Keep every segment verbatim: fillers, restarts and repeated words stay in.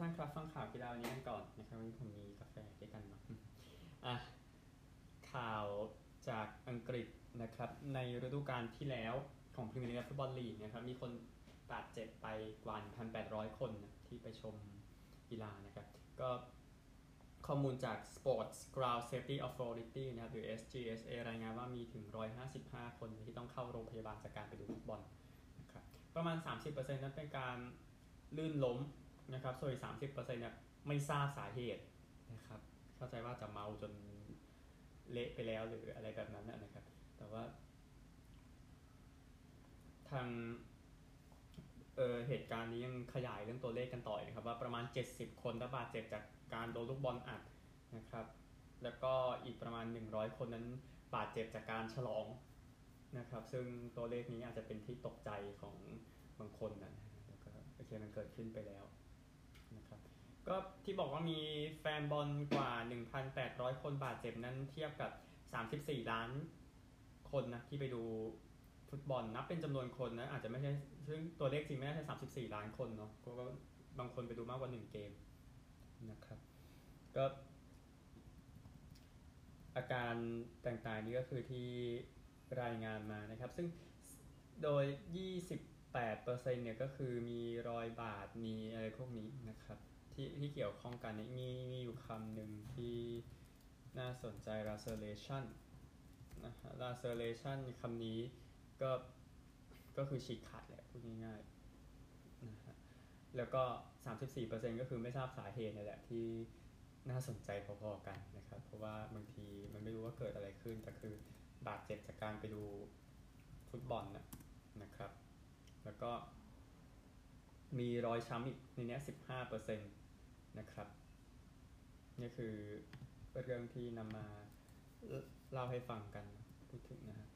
นะครับฟังข่าวกีฬาวันนี้กันก่อนนะครับวันนี้ผมมีกาแฟด้วยกันเนาะอ่ะข่าวจากอังกฤษนะครับในฤดูกาลที่แล้วของพรีเมียร์ลีกฟุตบอลลีกนะครับมีคนบาดเจ็บไปกว่า หนึ่งพันแปดร้อย คนนะที่ไปชมกีฬานะครับก็ข้อมูลจาก Sports Ground Safety Authority นะครับหรือ เอส จี เอส เอ รายงานว่ามีถึงหนึ่งร้อยห้าสิบห้าคนที่ต้องเข้าโรงพยาบาลจากการไปดูฟุตบอลนะครับประมาณ สามสิบเปอร์เซ็นต์ นั้นเป็นการลื่นล้มนะครับส่วนอีก สามสิบเปอร์เซ็นต์ เนี่ยไม่ทราบสาเหตุนะครับเข้าใจว่าจะเมาจนเละไปแล้วหรืออะไรแบบนั้นนะครับแต่ว่าทางเออเหตุการณ์นี้ยังขยายเรื่องตัวเลขกันต่อนะครับว่าประมาณเจ็ดสิบคนได้บาดเจ็บจากการโดนลูกบอลอัดนะครับแล้วก็อีกประมาณหนึ่งร้อยคนนั้นบาดเจ็บจากการฉลองนะครับซึ่งตัวเลขนี้อาจจะเป็นที่ตกใจของบางคนนะแล้วก็โอเคมันเกิดขึ้นไปแล้วนะครับก็ที่บอกว่ามีแฟนบอลกว่า หนึ่งพันแปดร้อย คนบาดเจ็บนั้นเทียบกับสามสิบสี่ล้านคนนะที่ไปดูฟุตบอลนับเป็นจำนวนคนนะอาจจะไม่ใช่ซึ่งตัวเลขจริงไม่น่าใช่สามสิบสี่ล้านคนเนาะเพราะว่าบางคนไปดูมากกว่าหนึ่งเกมนะครับก็อาการต่างๆนี้ก็คือที่รายงานมานะครับซึ่งโดย ยี่สิบแปดเปอร์เซ็นต์ เนี่ยก็คือมีรอยบาดมีอะไรพวกนี้นะครับที่ที่เกี่ยวข้องกันมีมีอยู่คำหนึ่งที่น่าสนใจ laceration นะฮะ laceration คำนี้ก็ก็คือฉีกขาดแหละพูดง่ายๆนะฮะแล้วก็ สามสิบสี่เปอร์เซ็นต์ ก็คือไม่ทราบสาเหตุนี่แหละที่น่าสนใจพอๆกันนะครับเพราะว่าบางทีมันไม่รู้ว่าเกิดอะไรขึ้นแต่คือบาดเจ็บจากการไปดูฟุตบอลนะนะครับแล้วก็มีรอยช้ำอีกในนี้ สิบห้าเปอร์เซ็นต์ นะครับนี่คือเรื่องที่นำมาเล่าให้ฟังกันพูดถึงนะฮะ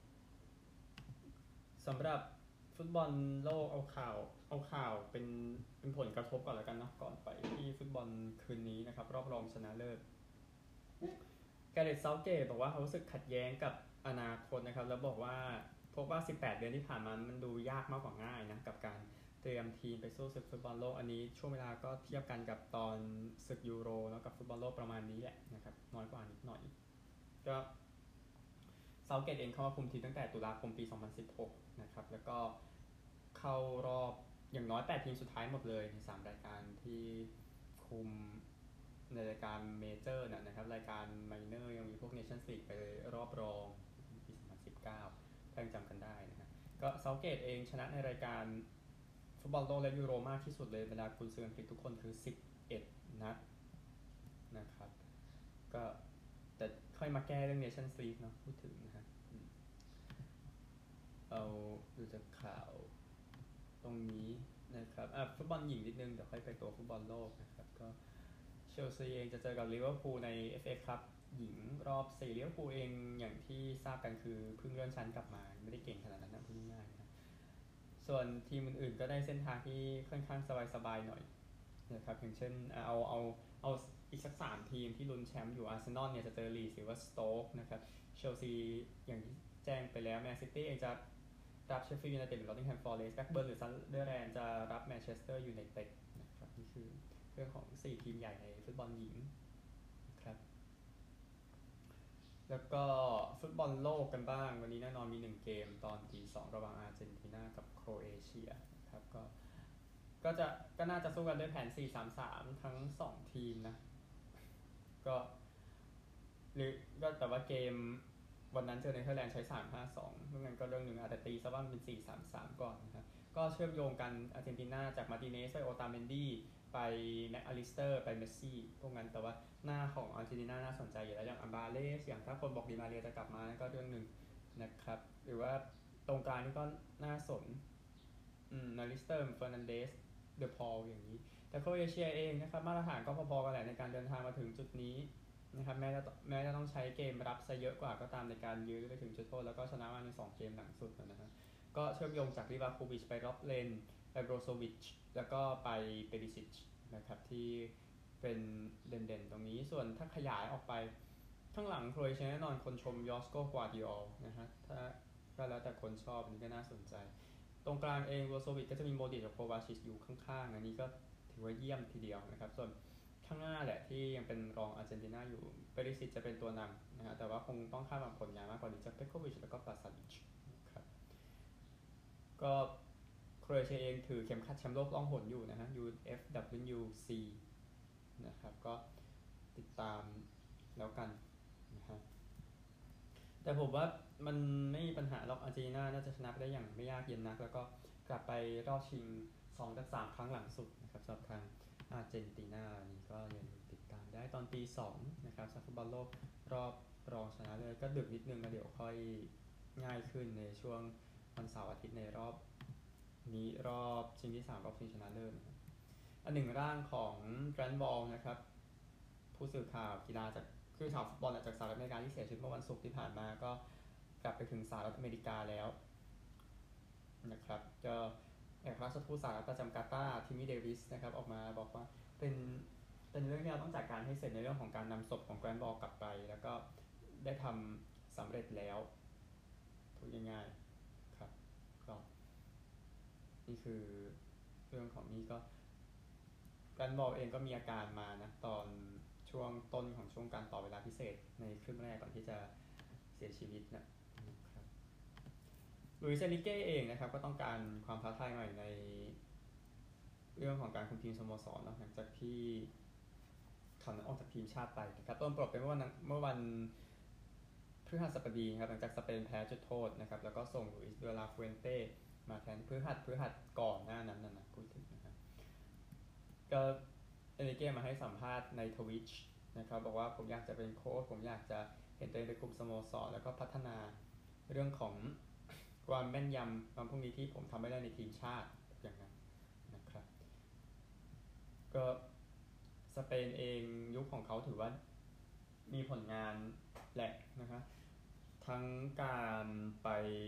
สำหรับฟุตบอลโลกเอาข่าวเอาข่าวเป็นเป็นผลกระทบก่อนแล้วกันเนาะก่อนไปที่ฟุตบอลคืนนี้นะครับรอบรองชนะเลิศแกเรต เซาท์เกตบอกว่าเขารู้สึกขัดแย้งกับอนาคตนะครับแล้วบอกว่าพบว่าสิบแปดเดือนที่ผ่านมามันดูยากมากกว่าง่ายนะกับการเตรียมทีมไปสู้ศึกฟุตบอลโลกอันนี้ช่วงเวลาก็เทียบกันกับตอนศึกยูโรแล้วกับฟุตบอลโลกประมาณนี้แหละนะครับน้อยกว่านิดหน่อยก็เซาท์เกตเองเข้ามาคุมทีมตั้งแต่ตุลาคมปีสองพันสิบหกนะครับแล้วก็เข้ารอบอย่างน้อยแปดทีมสุดท้ายหมดเลยในสามรายการที่คุมในรายการเมเจอร์นะครับรายการไมเนอร์ยังมีพวกเนชั่นส์ลีกไปรอบรองปีสองพันสิบเก้าถ้ายังจำกันได้นะฮะก็เซาท์เกตเองชนะในรายการฟุตบอลโลกและยูโรมากที่สุดเลยบรรดากุนซืออังกฤษทุกคนคือสิบเอ็ดนัดนะครับก็แต่ค่อยมาแก้เรื่องเนชั่นส์ลีกเนาะพูดถึงนะฮะเอาดูจากข่าวตรงนี้นะครับอ่ะฟุตบอลหญิงนิดนึงเดี๋ยวค่อยไปตัวฟุตบอลโลกนะครับก็เชลซีเองจะเจอกับลิเวอร์พูลใน เอฟ เอ Cup หญิงรอบสี่ลิเวอร์พูลเองอย่างที่ทราบกันคือเพิ่งเลื่อนชั้นกลับมาไม่ได้เก่งขนาดนั้นนะพูดง่ายๆนะส่วนทีมอื่นๆก็ได้เส้นทางที่ค่อนข้างสบายๆหน่อยนะครับอย่างเช่นเอาเอาเอาอีกสักสามทีมที่ลุ้นแชมป์อยู่อาร์เซนอลเนี่ยจะเจอลีดส์หรือว่าสโต๊กนะครับเชลซีอย่างที่แจ้งไปแล้วแมนซิตี้เองจะรับเชฟฟิลด์ยูไนเต็ดหรือนอตติงแฮมฟอเรสต์แบล็กเบิร์นหรือซันเดอร์แลนด์จะรับแมนเชสเตอร์ยูไนเต็ดนะครับนี่คือเรื่องของสี่ทีมใหญ่ในฟุตบอลหญิงครับแล้วก็ฟุตบอลโลกกันบ้างวันนี้แน่นอนมีหนึ่งเกมตอนตีสองระหว่างอาร์เจนตินากับโครเอเชียนะครับก็ก็จะก็น่าจะสู้กันด้วยแผน สี่ สาม สาม ทั้งสองทีมนะก็หรือก็แต่ว่าเกมวันนั้นเจอเนเธอร์แลนด์ใช้สาม ห้า สองเมื่องั้นก็เรื่องหนึ่งอาจจะตีซะว่ามันเป็นสี่ สาม สามก่อนนะครับก็เชื่อมโยงกันอาร์เจนตินาจากมาร์ติเนสไปโอตาเมนดี้ไปแม็กอลิสเตอร์ไปเมสซี่พวกนั้นแต่ว่าหน้าของอาร์เจนตินาน่าสนใจอยู่แล้วอย่างอัมบาเลสอย่างถ้าคนบอกดิมาเรียจะกลับมาก็เรื่องหนึ่งนะครับหรือว่าตรงกลางนี่ก็น่าสนอืมนาริสเตอร์เฟอร์นันเดสเดอะพอลอย่างนี้แต่โครเอเชียเองนะครับมาตรฐานก็พอๆกันแหละในการเดินทางมาถึงจุดนี้นะครับแม้จะแม้จะต้องใช้เกมรับซะเยอะกว่าก็ตามในการยื้อไปถึงจุดโทษแล้วก็ชนะมาในสองเกมหลังสุดนะฮะก็เชื่อมโยงจากลิวาโควิชไปรอบเลนไปโบรโซวิชแล้วก็ไปเปริซิชนะครับที่เป็นเด่นๆตรงนี้ส่วนถ้าขยายออกไปข้างหลังโครเอเชียแน่นอนคนชมยอสโกกวาดิออลนะฮะถ้าก็แล้วแต่คนชอบอันนี้ก็น่าสนใจตรงกลางเองโบรโซวิชก็จะมีโมดิกับโควาชิชอยู่ข้างๆอันนี้ก็ถือว่าเยี่ยมทีเดียวนะครับส่วนข้างหน้าแหละที่ยังเป็นรองอาร์เจนตินาอยู่เปริซิชจะเป็นตัวนำนะฮะแต่ว่าคงต้องคาดหวังผลงานมากกว่านี้จากเปโควิชแล้วก็ปาซาลิชนะครับก็โครเอเชียเองถือเข็มขัดแชมป์โลกล่องหนอยู่นะฮะ ยู เอฟ ดับเบิลยู ซี นะครับก็ติดตามแล้วกันนะฮะแต่ผมว่ามันไม่มีปัญหาหรอกอาร์เจนตินาน่าจะชนะไปได้อย่างไม่ยากเย็นนักแล้วก็กลับไปรอบชิงสองจากสามครั้งหลังสุดนะครับสำหรับทางอาร์เจนตินานี่ก็ยังติดตามได้ตอนตีสองนะครับฟุตบอลโลกรอบรองชนะเลิศก็ดึกนิดนึงนะเดี๋ยวค่อยง่ายขึ้นในช่วงวันเสาร์อาทิตย์ในรอบนี้รอบชิงที่สามรอบชิงชนะเลิศนะครับอันหนึ่งร่างของแกรนด์บอลนะครับผู้สื่อข่าวกีฬาจากคือข่าวฟุตบอลจากสหรัฐอเมริกาที่เสียชีวิตเมื่อวันศุกร์ที่ผ่านมาก็กลับไปถึงสหรัฐอเมริกาแล้วนะครับก็เอกอัครราชทูตสหรัฐประจำกาตาร์ทิมมี่เดวิสนะครับออกมาบอกว่าเป็นเป็นเรื่องที่เราต้องจัดการให้เสร็จในเรื่องของการนำศพของแกรนด์บอลกลับไปแล้วก็ได้ทำสำเร็จแล้วพูดง่ายๆครับก็นี่คือเรื่องของนี่ก็แกรนด์บอลเองก็มีอาการมานะตอนช่วงต้นของช่วงการต่อเวลาพิเศษในครึ่งแรกก่อนที่จะเสียชีวิตนะลุยส์ เอนิเก้เองนะครับก็ต้องการความท้าทายใหม่ในเรื่องของการคุมทีมสโมสรเนาะหลังจากที่เขาออกจากทีมชาติไปนะครับต้นปลดไปเมื่อวันเมื่อวันพฤหัสบดีครับหลังจากสเปนแพ้จุดโทษนะครับแล้วก็ส่งลุยส์ เดลาฟูเอนเต้มาแทนพฤหัสพฤหัสก่อนหน้านั้นนะพูดถึงนะครับก็เอนิเก้มาให้สัมภาษณ์ในทวิชนะครับบอกว่าผมอยากจะเป็นโค้ชผมอยากจะเห็นตัวเองเป็นกลุ่มสโมสรแล้วก็พัฒนาเรื่องของความแม่นยำความพวกนี้ที่ผมทำไม่ได้ในทีมชาติอย่างนั้นนะครับก็สเปนเองยุคของเขาถือว่ามีผลงานแหละนะครับทั้งการไป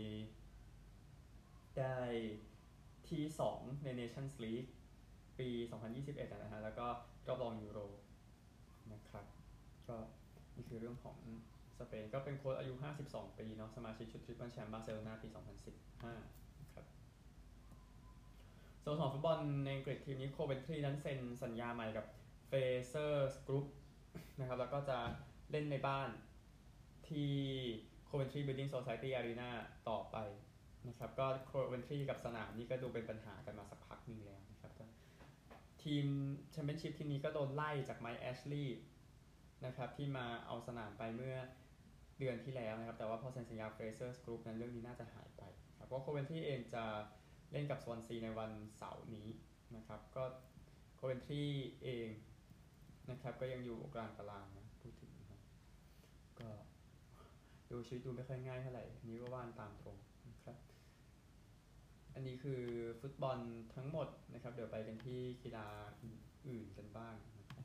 ได้ที่สองใน Nations League ปีสองพันยี่สิบเอ็ดนะฮะแล้วก็รอบรองยูโรนะครับก็นี่คือเรื่องของสเปนก็เป็นโค้ชอายุห้าสิบสองปีเนาะสมาชิกชุดทริปเปิลแชมป์บาร์เซโลนาปีสองพันสิบห้าครับสโมสรฟุตบอลในอังกฤษทีมนี้โคเวนทรีนั้นเซ็นสัญญาใหม่กับเฟเซอร์สกรุ๊ปนะครับแล้วก็จะเล่นในบ้านที่ Coventry Building Society Arena ต่อไปนะครับก็ Coventry กับสนามนี้ก็ดูเป็นปัญหากันมาสักพักนึงแล้วนะครับทีมแชมเปี้ยนชิพทีมนี้ก็โดนไล่จากไมค์แอชลีย์นะครับที่มาเอาสนามไปเมื่อเดือนที่แล้วนะครับแต่ว่าพอเซ็นสัญญา Frasers Group นั้นเรื่องนี้น่าจะหายไปครับเพราะ Coventry เองจะเล่นกับสวอนซีในวันเสาร์นี้นะครับก็ Coventry เองนะครับก็ยังอยู่กลางตารางนะพูดถึงนะครับก็ดูชีวิตดูไม่ค่อยง่ายเท่าไหร่นี้ก็ว่านตามตรงนะครับอันนี้คือฟุตบอลทั้งหมดนะครับเดี๋ยวไปกันที่กีฬาอื่นกันบ้าง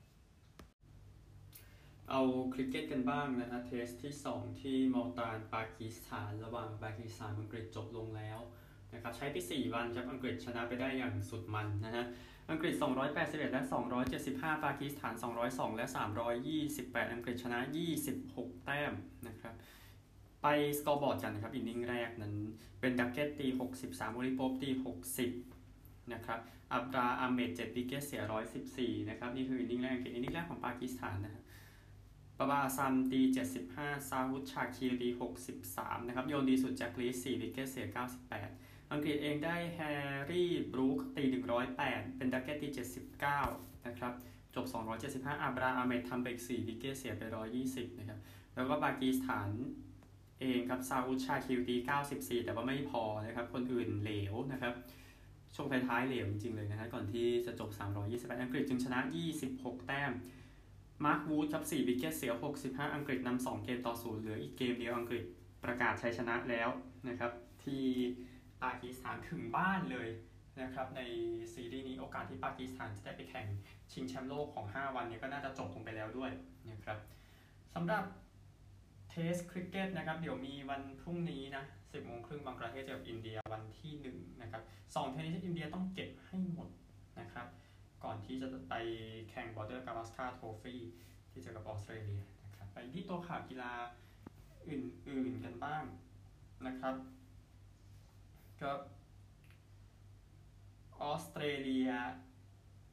เอาคริกเก็ตกันบ้างนะฮะเทสที่สองที่มัลตานปากีสถานระหว่างปากีสถานอังกฤษจบลงแล้วนะครับใช้ไปสี่วันครับอังกฤษชนะไปได้อย่างสุดมันนะฮะอังกฤษสองร้อยแปดสิบเอ็ดและสองร้อยเจ็ดสิบห้าปากีสถานสองร้อยสองและสามร้อยยี่สิบแปดอังกฤษชนะยี่สิบหกแต้มนะครับไปสกอร์บอร์ดกันนะครับอินนิ่งแรกนั้นเป็นดักเก็ตตีหกสิบสามโอลิโป๊ปตีหกสิบนะครับอับราอาเมดเจ็ดวิกเก็ตเสียหนึ่งร้อยสิบสี่นะครับนี่คืออินนิ่งแรกอินนิ่งแรกของปากีสถานนะฮะบาบาซัมตีเจ็ดสิบห้าซาฮุดชาคีตีหกสิบสามนะครับโยนดีสุดแจ็คลีสสี่วิกเก็ตเสียเก้าสิบแปดอังกฤษเองได้แฮร์รี่บรูคตีหนึ่งร้อยแปดเป็นดักเก็ตตีเจ็ดสิบเก้านะครับจบสองร้อยเจ็ดสิบห้าอับราอาเมดทำไปอีกสี่วิกเก็ตเสียไปหนึ่งร้อยยี่สิบนะครับแล้วก็ปากีสถานเองครับซาอุดชาคิวตีเก้าสิบสี่แต่ว่าไม่พอนะครับคนอื่นเหลวนะครับช่วงท้ายๆเหลวจริงๆเลยนะฮะก่อนที่จะจบสามร้อยยี่สิบแปดอังกฤษจึงชนะยี่สิบหกแต้มมาร์ควูดครับสี่วิกเก็ตเสียหกสิบห้าอังกฤษนำสองเกมต่อศูนย์เหลืออีกเกมเดียวอังกฤษประกาศชัยชนะแล้วนะครับที่ปากีสถานถึงบ้านเลยนะครับในซีรีส์นี้โอกาสที่ปากีสถานจะได้ไปแข่งชิงแชมป์โลกของห้าวันนี้ก็น่าจะจบลงไปแล้วด้วยนะครับสำหรับเทสคริกเก็ตนะครับเดี๋ยวมีวันพรุ่งนี้นะ สิบโมงครึ่งบังกลาเทศเจอกับอินเดียวันที่หนึ่งนะครับสองเทนนิสอินเดียต้องเก็บให้หมดนะครับก่อนที่จะไปแข่ง Border Gavaskar Trophy ที่เจอกับออสเตรเลียนะครับไปที่ตัวข่าวกีฬาอื่นๆกันบ้างนะครับก็ออสเตรเลีย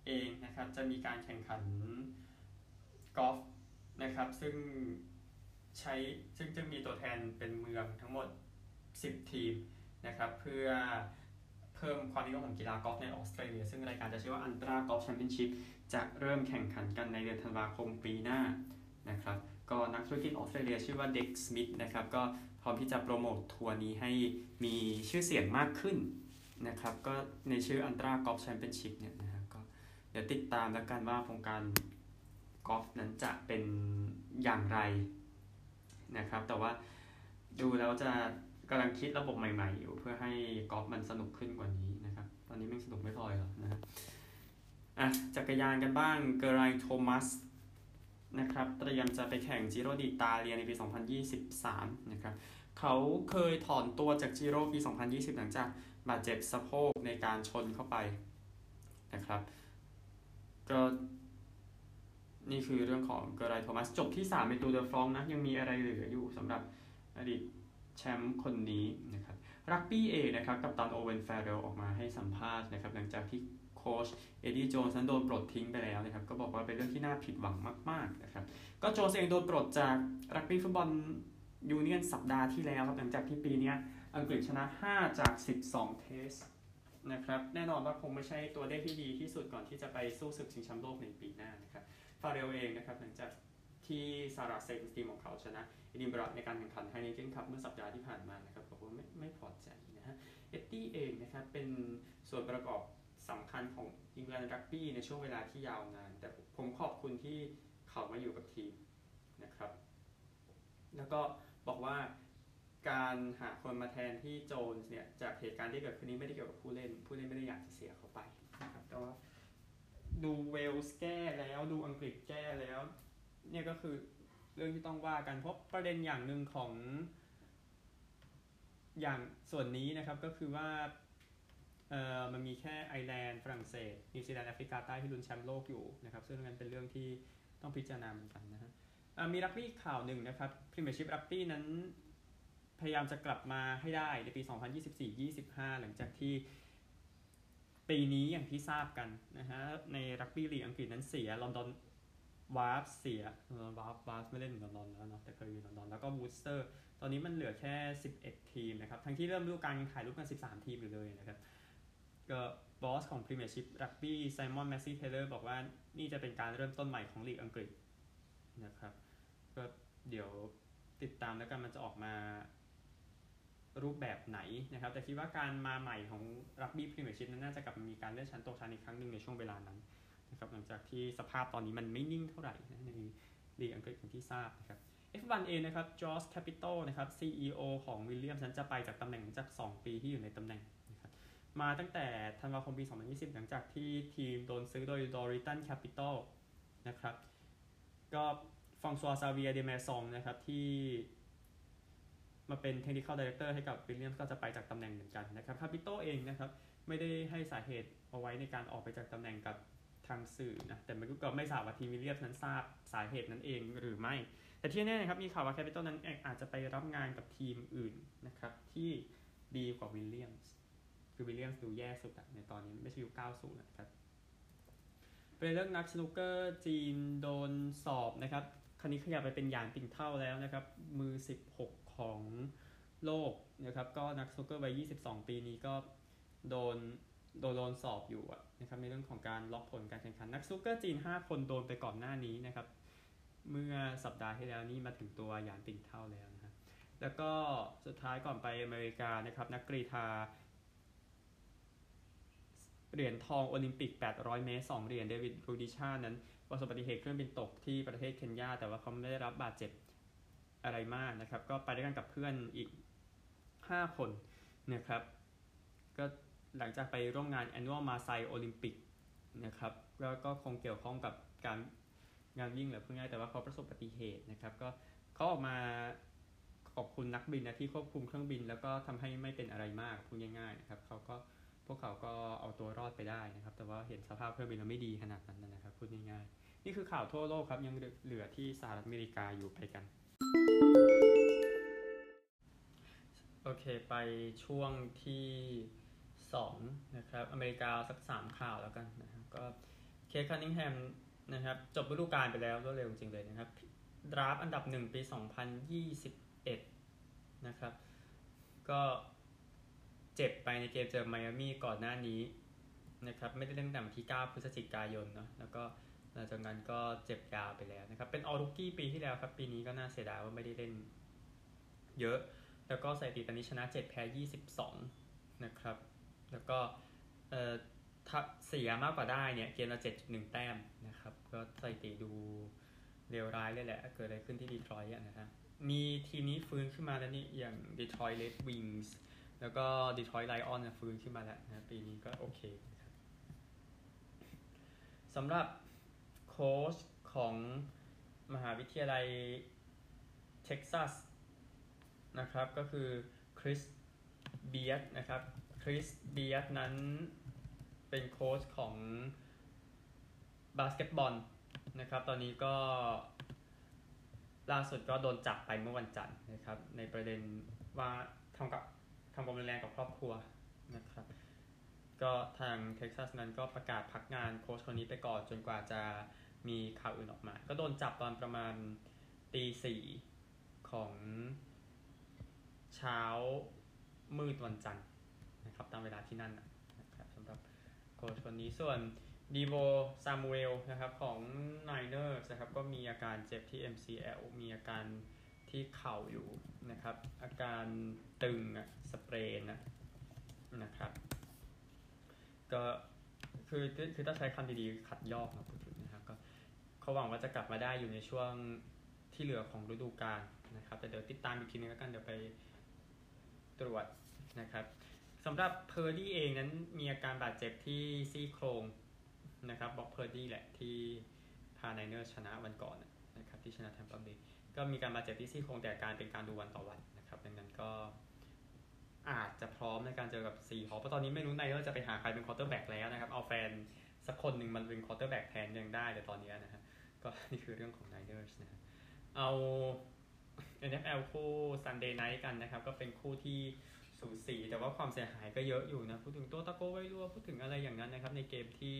เองนะครับจะมีการแข่งขันกอล์ฟนะครับซึ่งใช้ซึ่งจะมีตัวแทนเป็นเมืองทั้งหมดสิบทีมนะครับเพื่อเพิ่มความนิยมของกีฬากอล์ฟในออสเตรเลียซึ่งรายการจะชื่อว่า Ultra Golf Championship จะเริ่มแข่งขันกันในเดือนธันวาคมปีหน้านะครับก็นักธุรกิจออสเตรเลียชื่อว่าเด็กสมิธนะครับก็พร้อมที่จะโปรโมททัวร์นี้ให้มีชื่อเสียงมากขึ้นนะครับก็ในชื่อ Ultra Golf Championship เนี่ยนะครับก็เดี๋ยวติดตามแล้วกันว่าโครงการกอล์ฟนั้นจะเป็นอย่างไรนะครับแต่ว่าดูแล้วจะกำลังคิดระบบใหม่ๆอยู่เพื่อให้กอล์ฟมันสนุกขึ้นกว่านี้นะครับตอนนี้ไม่สนุกไม่พอเลยหรอนะครับอ่ะจักรยานกันบ้างเกอร์ไรโทมัสนะครับเตรียมจะไปแข่งจิโรดิตาเลียในปีสองพันยี่สิบสามนะครับเขาเคยถอนตัวจากจิโร่ปีสองพันยี่สิบหลังจากบาดเจ็บสะโพกในการชนเข้าไปนะครับก็นี่คือเรื่องของเกอร์ไรโทมัสจบที่สามในตูเดอฟรองนะยังมีอะไรเหลืออยู่สำหรับอดีตแชมป์คนนี้นะครับรักบี้เองนะครับกัปตันโอเวนแฟร์เรลออกมาให้สัมภาษณ์นะครับหลังจากที่โค้ชเอ็ดดี้โจนส์นั้นโดนปลดทิ้งไปแล้วนะครับก็บอกว่าเป็นเรื่องที่น่าผิดหวังมากๆนะครับก็โจนส์เองโดนปลดจากรักบี้ฟุตบอลยูเนียนสัปดาห์ที่แล้วครับหลังจากที่ปีนี้อังกฤษชนะห้าจากสิบสองเทสนะครับแน่นอนว่าคงไม่ใช่ตัวเลขที่ดีที่สุดก่อนที่จะไปสู้ศึกชิงแชมป์โลกในปีหน้านะครับฟาเรลเองนะครับหลังจากที่ซาราเซนทีมของเขาชนะเอดินบะระในการแข่งขันไฮเนเกนคัพเมื่อสัปดาห์ที่ผ่านมานะครับบอกว่าไม่ไม่พอใจนะฮะเอ็ดดี้เองนะครับเป็นส่วนประกอบสำคัญของอังกฤษรักบี้ในช่วงเวลาที่ยาวนานแต่ผมขอบคุณที่เขามาอยู่กับทีมนะครับแล้วก็บอกว่าการหาคนมาแทนที่โจนส์เนี่ยจากเหตุการณ์ที่เกิดขึ้นนี้ไม่ได้เกี่ยวกับผู้เล่นผู้เล่นไม่ได้อยากจะเสียเขาไปนะครับแต่ว่าดูเวลส์แก้แล้วดูอังกฤษแก้แล้วเนี่ยก็คือเรื่องที่ต้องว่ากันเพราะประเด็นอย่างหนึ่งของอย่างส่วนนี้นะครับก็คือว่าเอ่อมันมีแค่ไอร์แลนด์ฝรั่งเศสนิวซีแลนด์แอฟริกาใต้ที่ลุ้นแชมป์โลกอยู่นะครับซึ่งนั้นเป็นเรื่องที่ต้องพิจารณาเหมือนกันนะฮะมีรักบี้ข่าวหนึ่งนะครับพรีเมียร์ชิพรักบี้นั้นพยายามจะกลับมาให้ได้ในปีสองพันยี่สิบสี่ ยี่สิบห้าหลังจากที่ปีนี้อย่างที่ทราบกันนะฮะในรักบี้ลีกอังกฤษนั้นเสียลอนดอนวาร์ฟเสียวาร์ฟวาร์ฟไม่เล่นลอนดอนแล้วเนาะแต่เคยอยู่ลอนดอนแล้วก็วูสเตอร์ตอนนี้มันเหลือแค่สิบเอ็ดทีมนะครับทั้งที่เริ่มฤดูกาลถ่ายรูปกันสิบสามทีมอยู่เลยนะครับก็บอสของพรีเมียร์ชิพรักบี้ไซมอนแมสซี่เทเลอร์บอกว่านี่จะเป็นการเริ่มต้นใหม่ของลีกอังกฤษนะครับก็เดี๋ยวติดตามแล้วกันมันจะออกมารูปแบบไหนนะครับแต่คิดว่าการมาใหม่ของรักบี้พรีเมียร์ชิพนั้นน่าจะกลับมามีการเลื่อนชั้นตกชั้นอีกครั้งหนึ่งในช่วงเวลานั้นนะครับหลังจากที่สภาพตอนนี้มันไม่นิ่งเท่าไหร่นะในลีกอังกฤษอย่างที่ทราบนะครับ เอฟ วัน เอง นะครับจอร์จแคปิตอลนะครับ ซี อี โอ ของวิลเลียมนั้นจะไปจากตำแหน่งจากสองปีที่อยู่ในตำแหน่งนะครับมาตั้งแต่ธันวาคมปีสองพันยี่สิบหลังจากที่ทีมโดนซื้อโดย Doriton Capital นะครับก็ฟองซัวซาเวียเดเมซองนะครับที่มาเป็น Technical Director ให้กับวิลเลียมก็จะไปจากตำแหน่งเหมือนกันนะครับคาปิโตเองนะครับไม่ได้ให้สาเหตุเอาไว้ในการออกไปจากตำแหน่งกับทางสื่อนะแต่มันก็ไม่ทราบว่าทีมวิลเลียมนั้นทราบสาเหตุนั้นเองหรือไม่แต่ที่แน่นะครับมีข่าวว่าแคปิตอลนั้นอาจจะไปรับงานกับทีมอื่นนะครับที่ดีกว่าวิลเลียมส์คือวิลเลียมส์ดูแย่สุดในตอนนี้ไม่ใช่ยุคเก้าสิบนะครับเป็นเรื่องนักสนุกเกอร์จีนโดนสอบนะครับคราวนี้ขยับไปเป็นหยานปิ่งเท่าแล้วนะครับมือสิบหกของโลกนะครับก็นักสนุกเกอร์วัยยี่สิบสองปีนี้ก็โดนโดนโดนสอบอยู่นะครับในเรื่องของการล็อกผลการแข่งขันนักสนุกเกอร์จีนห้าคนโดนไปก่อนหน้านี้นะครับเมื่อสัปดาห์ที่แล้วนี่มาถึงตัวหยานปิ่งเท่าแล้วนะครับแล้วก็สุดท้ายก่อนไปอเมริกานะครับนักกรีฑาเหรียญทองโอลิมปิกแปดร้อยเมตรสองเหรียญเดวิดรูดิชานั้นประสบอุบัติเหตุเครื่องบินตกที่ประเทศเคนยาแต่ว่าเขาไม่ได้รับบาดเจ็บอะไรมากนะครับก็ไปด้วยกันกับเพื่อนอีกห้าคนนะครับก็หลังจากไปร่วมงาน Annual Marseille Olympic นะครับแล้วก็คงเกี่ยวข้องกับการงานวิ่งหรือพูดง่ายแต่ว่าเขาประสบอุบัติเหตุนะครับก็เขาออกมาขอบคุณนักบินนะที่ควบคุมเครื่องบินแล้วก็ทำให้ไม่เป็นอะไรมากพูดง่ายๆนะครับเขาก็พวกเขาก็เอาตัวรอดไปได้นะครับแต่ว่าเห็นสภาพเครื่องบินแล้วไม่ดีขนาดนั้นนะครับพูดง่ายๆนี่คือข่าวทั่วโลกครับยังเหลือที่สหรัฐอเมริกาอยู่ไปกันโอเคไปช่วงที่สองนะครับอเมริกาสักสามข่าวแล้วกันนะครับก็เคทคันนิงแฮมนะครับจบฤดูกาลไปแล้วรวดเร็วจริงเลยนะครับดราฟอันดับหนึ่งปีสองพันยี่สิบเอ็ดนะครับก็เจ็บไปในเกมเจอไมอามี่ก่อนหน้านี้นะครับไม่ได้เล่นตั้งแต่วันที่เก้าพฤศจิกายนเนาะแล้วก็หลังจากนั้นก็เจ็บยาวไปแล้วนะครับเป็นออลรุกกี้ปีที่แล้วครับปีนี้ก็น่าเสียดายว่าไม่ได้เล่นเยอะแล้วก็สถิติตอนนี้ชนะเจ็ดแพ้ยี่สิบสองนะครับแล้วก็เอ่อถ้าเสียมากกว่าได้เนี่ยเกมละ เจ็ดจุดหนึ่ง แต้มนะครับก็สถิติดูเลวร้ายเลยแหละเกิดอะไรขึ้นที่ดีทรอยต์นะฮะมีทีมนี้ฟื้นขึ้นมาแล้วนี่อย่าง Detroit Red Wings แล้วก็ Detroit Lions นะฟื้นขึ้นมาแล้วนะปีนี้ก็โอเคนะครับสำหรับโค้ชของมหาวิทยาลัยเท็กซัสนะครับก็คือคริสเบียร์นะครับคริสเบียร์นั้นเป็นโค้ชของบาสเกตบอลนะครับตอนนี้ก็ล่าสุดก็โดนจับไปเมื่อวันจันทร์นะครับในประเด็นว่าทำกับทำความรุนแรงกับครอบครัวนะครับก็ทางเท็กซัสนั้นก็ประกาศพักงานโค้ชคนนี้ไปก่อนจนกว่าจะมีข่าวอื่นออกมาก็โดนจับตอนประมาณตีสี่ของเช้ามืดวันจันทร์นะครับตามเวลาที่นั่นนะครับสำหรับโค้ชคนนี้ส่วนดีโวซามูเอลนะครับของ Niners นะครับก็มีอาการเจ็บที่ เอ็ม ซี แอล มีอาการที่เข่าอยู่นะครับอาการตึงอะสเปรนนะนะครับก็คือคือถ้าใช้คำดีๆขัดยอกนะพูดถึงนะครับก็เขาหวังว่าจะกลับมาได้อยู่ในช่วงที่เหลือของฤดูกาลนะครับแต่เดี๋ยวติดตามอีกทีนึงแล้วกันเดี๋ยวไปตรวจนะครับสำหรับเพอร์ดี้เองนั้นมีอาการบาดเจ็บที่ซี่โครงนะครับบอกเพอร์ดี้แหละที่พาไนเนอร์ชนะวันก่อนนะครับที่ชนะแทมเปอร์เบย์ก็มีการบาดเจ็บที่ซี่โครงแต่การเป็นการดูวันต่อวันนะครับดังนั้นก็อาจจะพร้อมในการเจอกับซีฮอคเพราะตอนนี้ไม่รู้ไนเนอร์จะไปหาใครเป็นควอเตอร์แบ็กแล้วนะครับเอาแฟนสักคนหนึ่งมันเป็นควอเตอร์แบ็กแทนยังได้แต่ตอนนี้นะฮะก็นี่คือเรื่องของไนเนอร์นะเอา เอ็น เอฟ แอล คู่ Sunday Night กันนะครับก็เป็นคู่ที่สูสีแต่ว่าความเสียหายก็เยอะอยู่นะพูดถึงตัวตะโกไวรัวพูดถึงอะไรอย่างนั้นนะครับในเกมที่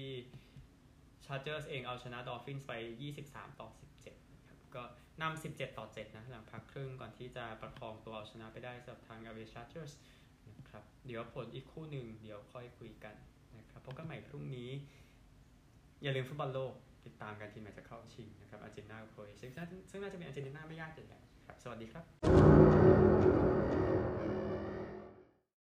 Chargers เองเอาชนะ Dolphins ไปยี่สิบสามต่อสิบเจ็ดนะครับก็นำสิบเจ็ดต่อเจ็ดนะหลังพักครึ่งก่อนที่จะประคองตัวเอาชนะไปได้สำหรับทาง แอล เอ Chargers นะครับเดี๋ยวผลอีกคู่หนึ่งเดี๋ยวค่อยคุยกันนะครับพบกันใหม่พรุ่งนี้อย่าลืมฟุตบอลโลกติดตามกันทีมไหนจะเข้าชิงนะครับอาร์เจนตินากับโครเอเชียซึ่งน่าจะเป็นอาร์เจนตินาไม่ยากเกินไปครับสวัสดีครับ